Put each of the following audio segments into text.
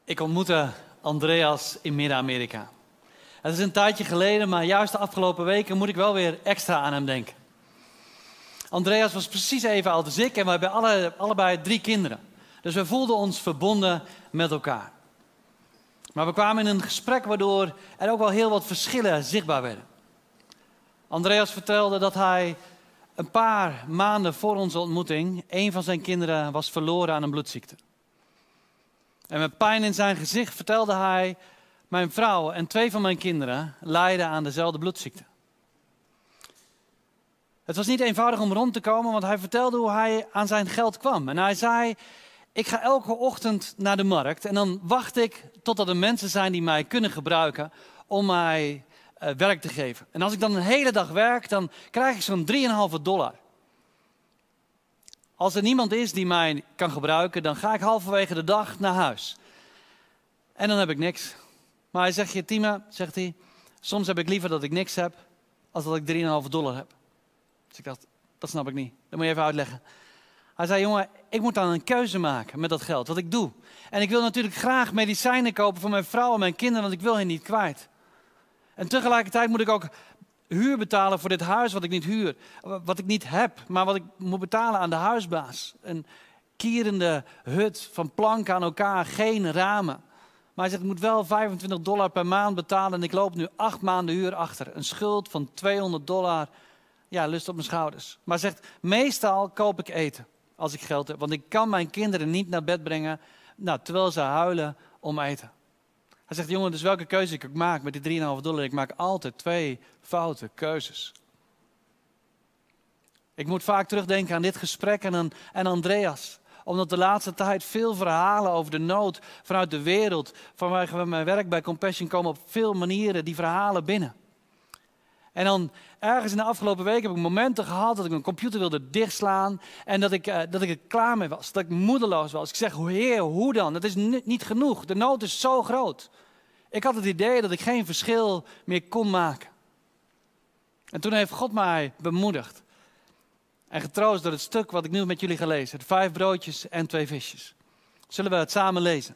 Ik ontmoette Andreas in Midden-Amerika. Het is een tijdje geleden, maar juist de afgelopen weken moet ik wel weer extra aan hem denken. Andreas was precies even oud als ik en we hebben allebei 3 kinderen. Dus we voelden ons verbonden met elkaar. Maar we kwamen in een gesprek waardoor er ook wel heel wat verschillen zichtbaar werden. Andreas vertelde dat hij een paar maanden voor onze ontmoeting een van zijn kinderen was verloren aan een bloedziekte. En met pijn in zijn gezicht vertelde hij: mijn vrouw en 2 van mijn kinderen lijden aan dezelfde bloedziekte. Het was niet eenvoudig om rond te komen, want hij vertelde hoe hij aan zijn geld kwam. En hij zei: ik ga elke ochtend naar de markt en dan wacht ik totdat er mensen zijn die mij kunnen gebruiken om mij werk te geven. En als ik dan een hele dag werk, dan krijg ik zo'n $3,5. Als er niemand is die mij kan gebruiken, dan ga ik halverwege de dag naar huis. En dan heb ik niks. Maar hij zegt: Tima, zegt hij, soms heb ik liever dat ik niks heb, als dat ik $3,5 heb. Dus ik dacht, dat snap ik niet. Dat moet je even uitleggen. Hij zei: jongen, ik moet dan een keuze maken met dat geld, wat ik doe. En ik wil natuurlijk graag medicijnen kopen voor mijn vrouw en mijn kinderen, want ik wil hen niet kwijt. En tegelijkertijd moet ik ook huur betalen voor dit huis wat ik niet huur. Wat ik niet heb, maar wat ik moet betalen aan de huisbaas. Een kierende hut van planken aan elkaar, geen ramen. Maar hij zegt: ik moet wel $25 per maand betalen en ik loop nu 8 maanden huur achter. Een schuld van $200, ja, lust op mijn schouders. Maar hij zegt: meestal koop ik eten als ik geld heb. Want ik kan mijn kinderen niet naar bed brengen, terwijl ze huilen om eten. Hij zegt: jongen, dus welke keuze ik ook maak met die $3,5, ik maak altijd 2 foute keuzes. Ik moet vaak terugdenken aan dit gesprek en Andreas. Omdat de laatste tijd veel verhalen over de nood vanuit de wereld, vanwege mijn werk bij Compassion, komen op veel manieren die verhalen binnen. En dan ergens in de afgelopen week heb ik momenten gehad dat ik mijn computer wilde dichtslaan en dat ik er klaar mee was, dat ik moedeloos was. Ik zeg: Heer, hoe dan? Dat is niet genoeg. De nood is zo groot. Ik had het idee dat ik geen verschil meer kon maken. En toen heeft God mij bemoedigd en getroost door het stuk wat ik nu met jullie ga lezen. Het 5 broodjes en 2 visjes. Zullen we het samen lezen?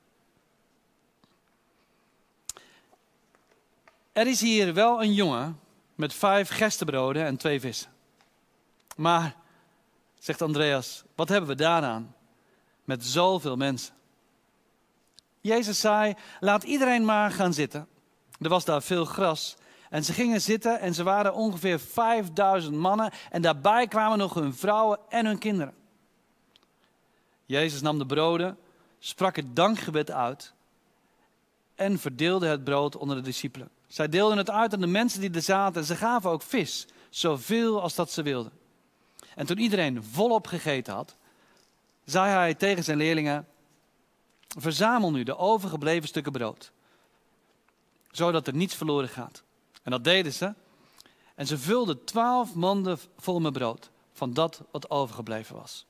Er is hier wel een jongen met 5 gerstebroden en 2 vissen. Maar, zegt Andreas, wat hebben we daaraan met zoveel mensen? Jezus zei: laat iedereen maar gaan zitten. Er was daar veel gras. En ze gingen zitten en ze waren ongeveer 5000 mannen. En daarbij kwamen nog hun vrouwen en hun kinderen. Jezus nam de broden, sprak het dankgebed uit en verdeelde het brood onder de discipelen. Zij deelden het uit aan de mensen die er zaten en ze gaven ook vis, zoveel als dat ze wilden. En toen iedereen volop gegeten had, zei hij tegen zijn leerlingen: verzamel nu de overgebleven stukken brood, zodat er niets verloren gaat. En dat deden ze. En ze vulden 12 manden vol met brood van dat wat overgebleven was.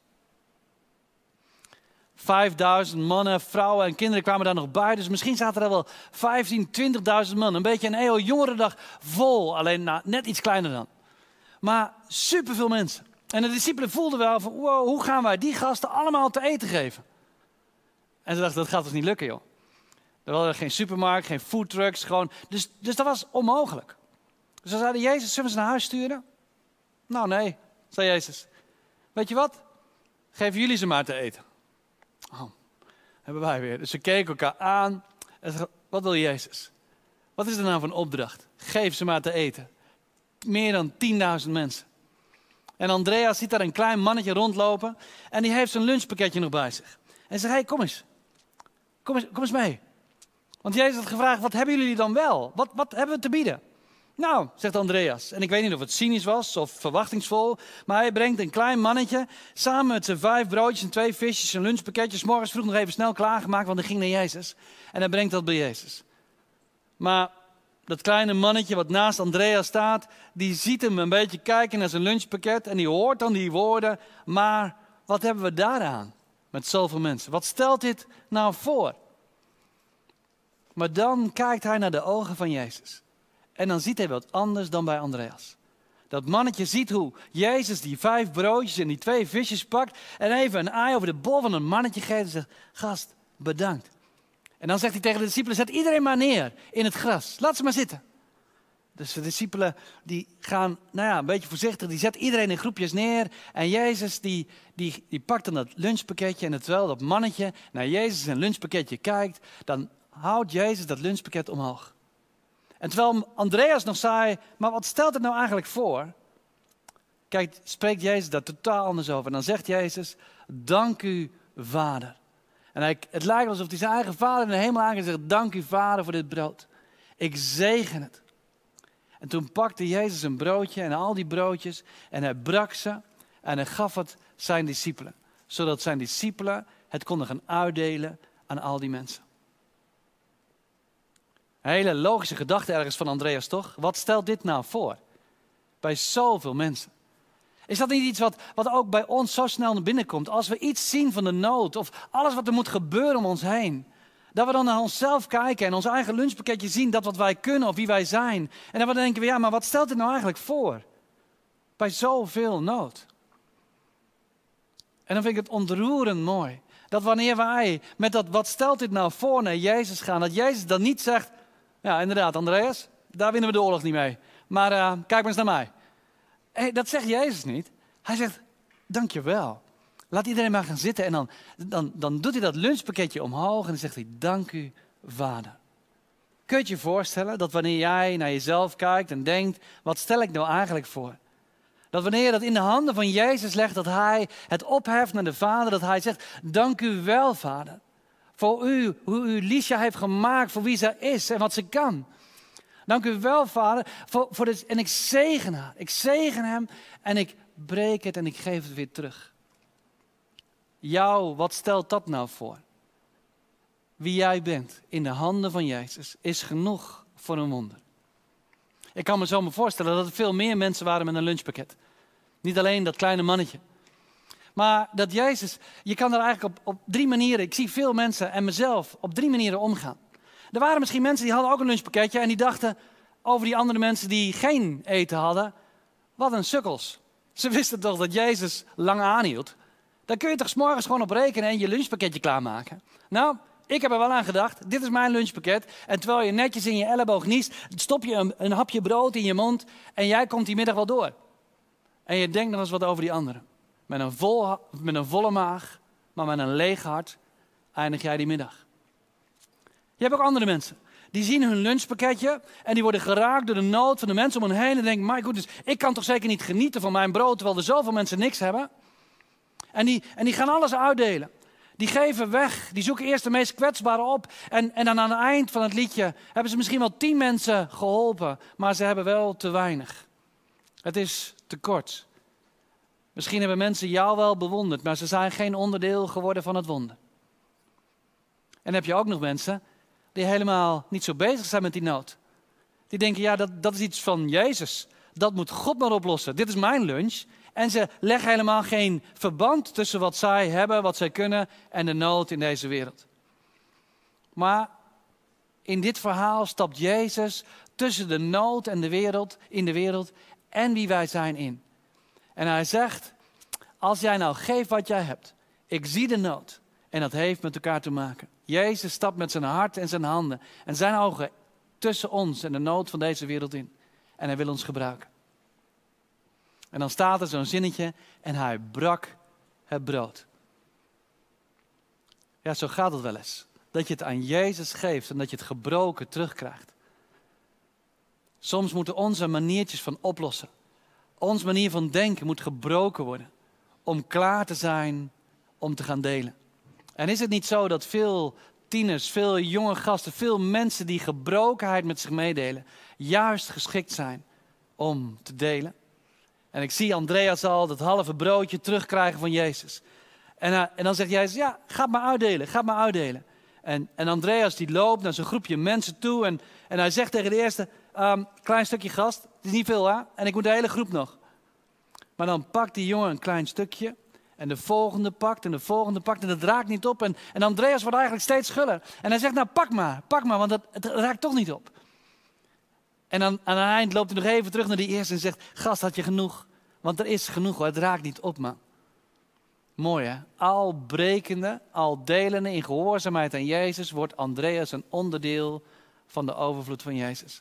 5000 mannen, vrouwen en kinderen kwamen daar nog bij. Dus misschien zaten er wel 15.000, 20.000 man. Een beetje een EO jongerendag vol. Alleen net iets kleiner dan. Maar superveel mensen. En de discipelen voelden wel van: wow, hoe gaan wij die gasten allemaal te eten geven? En ze dachten: dat gaat ons niet lukken, joh. Er was geen supermarkt, geen foodtrucks. Dus dat was onmogelijk. Dus ze zeiden: Jezus, zullen we ze naar huis sturen? Nou nee, zei Jezus. Weet je wat? Geven jullie ze maar te eten. Oh, hebben wij weer. Dus ze keken elkaar aan en zeiden: wat wil Jezus? Wat is er nou voor een opdracht? Geef ze maar te eten. Meer dan 10.000 mensen. En Andreas ziet daar een klein mannetje rondlopen en die heeft zijn lunchpakketje nog bij zich. En zegt: hey, kom eens mee. Want Jezus had gevraagd: wat hebben jullie dan wel? Wat hebben we te bieden? Nou, zegt Andreas. En ik weet niet of het cynisch was of verwachtingsvol. Maar hij brengt een klein mannetje samen met zijn 5 broodjes en 2 visjes en lunchpakketjes. Morgens vroeg nog even snel klaargemaakt, want hij ging naar Jezus. En hij brengt dat bij Jezus. Maar dat kleine mannetje wat naast Andreas staat, die ziet hem een beetje kijken naar zijn lunchpakket. En die hoort dan die woorden: maar wat hebben we daaraan met zoveel mensen? Wat stelt dit nou voor? Maar dan kijkt hij naar de ogen van Jezus. En dan ziet hij wat anders dan bij Andreas. Dat mannetje ziet hoe Jezus die 5 broodjes en die 2 visjes pakt en even een aai over de bol van een mannetje geeft en zegt: gast, bedankt. En dan zegt hij tegen de discipelen, zet iedereen maar neer in het gras. Laat ze maar zitten. Dus de discipelen die gaan een beetje voorzichtig, die zetten iedereen in groepjes neer. En Jezus die pakt dan dat lunchpakketje en terwijl dat mannetje naar Jezus zijn lunchpakketje kijkt, dan houdt Jezus dat lunchpakket omhoog. En terwijl Andreas nog zei, maar wat stelt het nou eigenlijk voor? Kijk, spreekt Jezus daar totaal anders over. En dan zegt Jezus, dank u Vader. En het lijkt alsof hij zijn eigen Vader in de hemel aangeeft en zegt, dank u Vader voor dit brood. Ik zegen het. En toen pakte Jezus een broodje en al die broodjes en hij brak ze en hij gaf het zijn discipelen. Zodat zijn discipelen het konden gaan uitdelen aan al die mensen. Een hele logische gedachte ergens van Andreas, toch? Wat stelt dit nou voor? Bij zoveel mensen. Is dat niet iets wat ook bij ons zo snel naar binnen komt? Als we iets zien van de nood of alles wat er moet gebeuren om ons heen. Dat we dan naar onszelf kijken en ons eigen lunchpakketje zien, dat wat wij kunnen of wie wij zijn. En dan denken we, ja, maar wat stelt dit nou eigenlijk voor? Bij zoveel nood. En dan vind ik het ontroerend mooi. Dat wanneer wij met dat, wat stelt dit nou voor, naar Jezus gaan. Dat Jezus dan niet zegt, ja inderdaad Andreas, daar winnen we de oorlog niet mee. Maar kijk maar eens naar mij. Hey, dat zegt Jezus niet. Hij zegt, dankjewel. Laat iedereen maar gaan zitten en dan doet hij dat lunchpakketje omhoog en dan zegt hij, dank u Vader. Kun je het je voorstellen dat wanneer jij naar jezelf kijkt en denkt, wat stel ik nou eigenlijk voor? Dat wanneer je dat in de handen van Jezus legt, dat hij het opheft naar de Vader, dat hij zegt, dank u wel Vader. Voor u, hoe u Liesja heeft gemaakt, voor wie zij is en wat ze kan. Dank u wel Vader, voor dit, en ik zegen haar. Ik zegen hem en ik breek het en ik geef het weer terug. Jou, wat stelt dat nou voor? Wie jij bent in de handen van Jezus is genoeg voor een wonder. Ik kan me zo maar voorstellen dat er veel meer mensen waren met een lunchpakket. Niet alleen dat kleine mannetje. Maar dat Jezus, je kan er eigenlijk op 3 manieren, ik zie veel mensen en mezelf op 3 manieren omgaan. Er waren misschien mensen die hadden ook een lunchpakketje en die dachten over die andere mensen die geen eten hadden, wat een sukkels. Ze wisten toch dat Jezus lang aanhield. Dan kun je toch 's morgens gewoon op rekenen en je lunchpakketje klaarmaken. Nou, ik heb er wel aan gedacht. Dit is mijn lunchpakket. En terwijl je netjes in je elleboog niest, stop je een hapje brood in je mond en jij komt die middag wel door. En je denkt nog eens wat over die anderen. Met een volle maag, maar met een leeg hart eindig jij die middag. Je hebt ook andere mensen. Die zien hun lunchpakketje en die worden geraakt door de nood van de mensen om hen heen. En denken, my goodness, ik kan toch zeker niet genieten van mijn brood, terwijl er zoveel mensen niks hebben. En die gaan alles uitdelen. Die geven weg. Die zoeken eerst de meest kwetsbare op. En dan aan het eind van het liedje hebben ze misschien wel 10 mensen geholpen. Maar ze hebben wel te weinig. Het is te kort. Misschien hebben mensen jou wel bewonderd, maar ze zijn geen onderdeel geworden van het wonder. En dan heb je ook nog mensen die helemaal niet zo bezig zijn met die nood. Die denken, ja, dat is iets van Jezus. Dat moet God maar oplossen. Dit is mijn lunch. En ze leggen helemaal geen verband tussen wat zij hebben, wat zij kunnen en de nood in deze wereld. Maar in dit verhaal stapt Jezus tussen de nood en in de wereld en wie wij zijn in. En hij zegt, als jij nou geeft wat jij hebt, ik zie de nood en dat heeft met elkaar te maken. Jezus stapt met zijn hart en zijn handen en zijn ogen tussen ons en de nood van deze wereld in. En hij wil ons gebruiken. En dan staat er zo'n zinnetje en hij brak het brood. Ja, zo gaat het wel eens. Dat je het aan Jezus geeft en dat je het gebroken terugkrijgt. Soms moeten onze maniertjes van oplossen, onze manier van denken moet gebroken worden. Om klaar te zijn om te gaan delen. En is het niet zo dat veel tieners, veel jonge gasten, veel mensen die gebrokenheid met zich meedelen, juist geschikt zijn om te delen? En ik zie Andreas al dat halve broodje terugkrijgen van Jezus. En dan zegt Jezus, ja, ga het maar uitdelen, ga het maar uitdelen. En Andreas die loopt naar zo'n groepje mensen toe en hij zegt tegen de eerste, klein stukje gast, het is niet veel hè, en ik moet de hele groep nog. Maar dan pakt die jongen een klein stukje en de volgende pakt en de volgende pakt en het raakt niet op. En Andreas wordt eigenlijk steeds schuller. En hij zegt, nou pak maar, want het raakt toch niet op. En dan aan het eind loopt hij nog even terug naar die eerste en zegt, gast, had je genoeg? Want er is genoeg hoor, het raakt niet op man. Mooi hè? Al brekende, al delende in gehoorzaamheid aan Jezus, wordt Andreas een onderdeel van de overvloed van Jezus.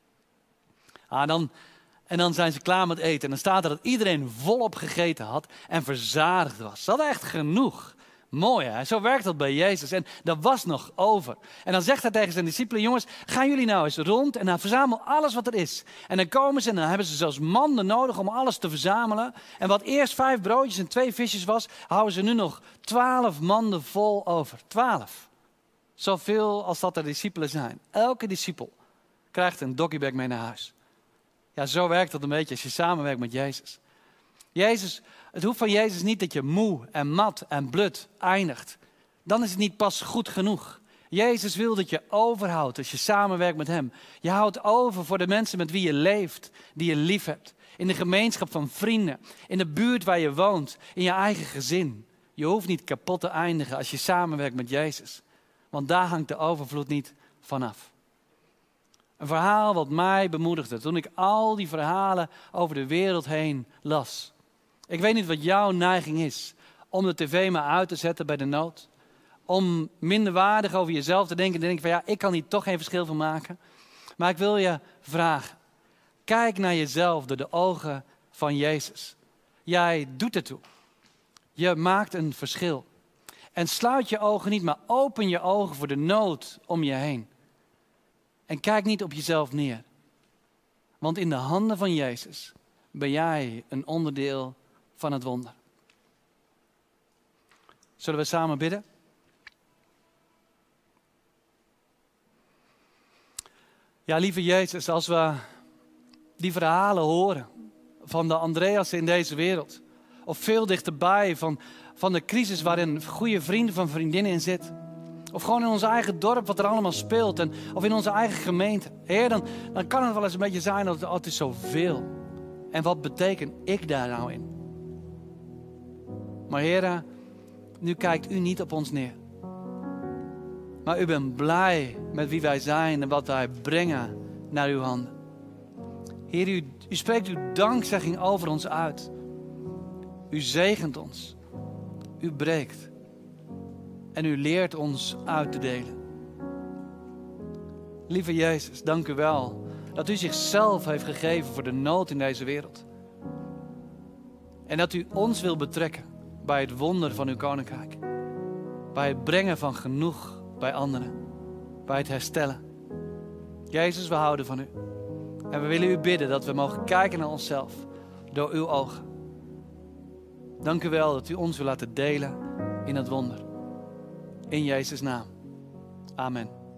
En dan zijn ze klaar met eten. En dan staat er dat iedereen volop gegeten had en verzadigd was. Ze hadden echt genoeg. Mooi hè? Zo werkt dat bij Jezus. En dat was nog over. En dan zegt hij tegen zijn discipelen, jongens, gaan jullie nou eens rond en dan verzamel alles wat er is. En dan komen ze en dan hebben ze zelfs mannen nodig om alles te verzamelen. En wat eerst 5 broodjes en 2 visjes was, houden ze nu nog 12 manden vol over. 12. Zoveel als dat er discipelen zijn. Elke discipel krijgt een doggybag mee naar huis. Ja, zo werkt dat een beetje als je samenwerkt met Jezus. Het hoeft van Jezus niet dat je moe en mat en blut eindigt. Dan is het niet pas goed genoeg. Jezus wil dat je overhoudt als je samenwerkt met hem. Je houdt over voor de mensen met wie je leeft, die je lief hebt. In de gemeenschap van vrienden, in de buurt waar je woont, in je eigen gezin. Je hoeft niet kapot te eindigen als je samenwerkt met Jezus. Want daar hangt de overvloed niet vanaf. Een verhaal wat mij bemoedigde toen ik al die verhalen over de wereld heen las. Ik weet niet wat jouw neiging is om de tv maar uit te zetten bij de nood. Om minderwaardig over jezelf te denken en denken van ja, ik kan hier toch geen verschil van maken. Maar ik wil je vragen, kijk naar jezelf door de ogen van Jezus. Jij doet ertoe. Je maakt een verschil. En sluit je ogen niet, maar open je ogen voor de nood om je heen. En kijk niet op jezelf neer. Want in de handen van Jezus ben jij een onderdeel van het wonder. Zullen we samen bidden? Ja, lieve Jezus, als we die verhalen horen van de Andreasen in deze wereld. Of veel dichterbij van de crisis waarin goede vrienden van vriendinnen in zitten. Of gewoon in ons eigen dorp wat er allemaal speelt. Of in onze eigen gemeente. Heer, dan kan het wel eens een beetje zijn dat het is zoveel. En wat betekent ik daar nou in? Maar Heer, nu kijkt u niet op ons neer. Maar u bent blij met wie wij zijn en wat wij brengen naar uw handen. Heer, u spreekt uw dankzegging over ons uit. U zegent ons. U breekt. En u leert ons uit te delen. Lieve Jezus, dank u wel dat u zichzelf heeft gegeven voor de nood in deze wereld. En dat u ons wil betrekken bij het wonder van uw koninkrijk. Bij het brengen van genoeg bij anderen. Bij het herstellen. Jezus, we houden van u. En we willen u bidden dat we mogen kijken naar onszelf door uw ogen. Dank u wel dat u ons wil laten delen in het wonder. In Jezus' naam. Amen.